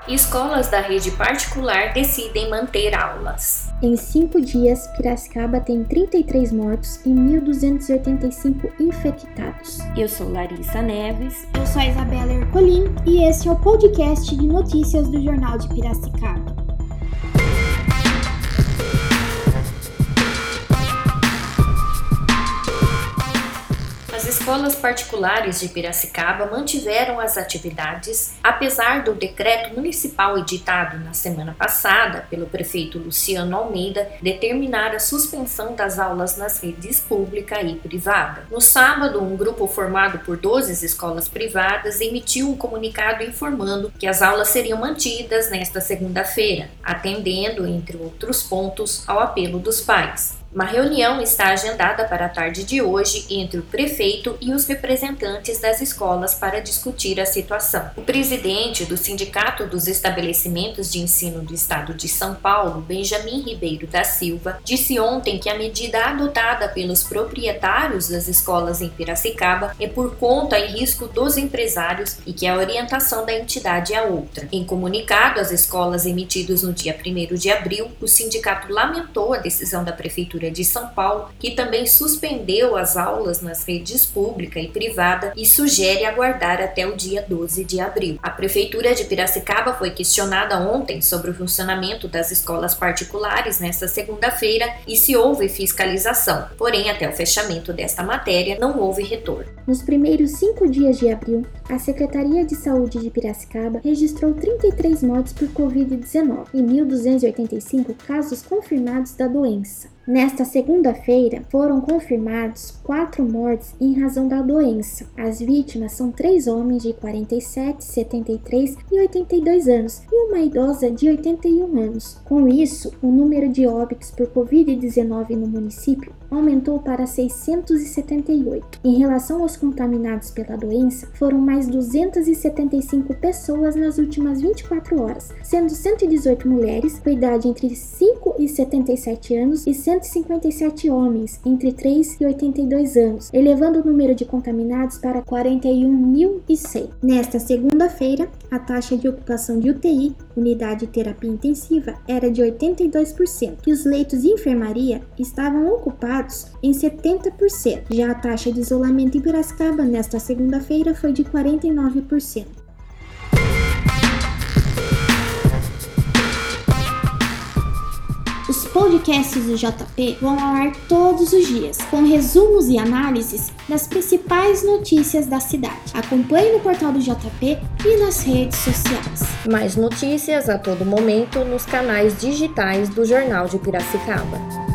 Escolas da rede particular decidem manter aulas. Em 5 dias, Piracicaba tem 33 mortos e 1.285 infectados. Eu sou Larissa Neves. Eu sou a Isabela Ercolim e esse é o podcast de notícias do Jornal de Piracicaba. As escolas particulares de Piracicaba mantiveram as atividades, apesar do decreto municipal editado na semana passada pelo prefeito Luciano Almeida determinar a suspensão das aulas nas redes pública e privada. No sábado, um grupo formado por 12 escolas privadas emitiu um comunicado informando que as aulas seriam mantidas nesta segunda-feira, atendendo, entre outros pontos, ao apelo dos pais. Uma reunião está agendada para a tarde de hoje entre o prefeito e os representantes das escolas para discutir a situação. O presidente do Sindicato dos Estabelecimentos de Ensino do Estado de São Paulo, Benjamin Ribeiro da Silva, disse ontem que a medida adotada pelos proprietários das escolas em Piracicaba é por conta e risco dos empresários e que a orientação da entidade é outra. Em comunicado às escolas emitidos no dia 1º de abril, o sindicato lamentou a decisão da Prefeitura de São Paulo, que também suspendeu as aulas nas redes pública e privada e sugere aguardar até o dia 12 de abril. A Prefeitura de Piracicaba foi questionada ontem sobre o funcionamento das escolas particulares nesta segunda-feira e se houve fiscalização. Porém, até o fechamento desta matéria, não houve retorno. Nos primeiros 5 dias de abril, a Secretaria de Saúde de Piracicaba registrou 33 mortes por Covid-19 e 1.285 casos confirmados da doença. Nesta segunda-feira, foram confirmados 4 mortes em razão da doença. As vítimas são 3 homens de 47, 73 e 82 anos e uma idosa de 81 anos. Com isso, o número de óbitos por Covid-19 no município aumentou para 678. Em relação aos contaminados pela doença, foram mais 275 pessoas nas últimas 24 horas, sendo 118 mulheres com idade entre 5 e 77 anos e 157 homens entre 3 e 82 anos, elevando o número de contaminados para 41.100. Nesta segunda-feira, a taxa de ocupação de UTI, unidade de terapia intensiva, era de 82% e os leitos de enfermaria estavam ocupados em 70%. Já a taxa de isolamento em Piracicaba nesta segunda-feira foi de 49%. Os podcasts do JP vão ao ar todos os dias, com resumos e análises das principais notícias da cidade. Acompanhe no portal do JP e nas redes sociais. Mais notícias a todo momento nos canais digitais do Jornal de Piracicaba.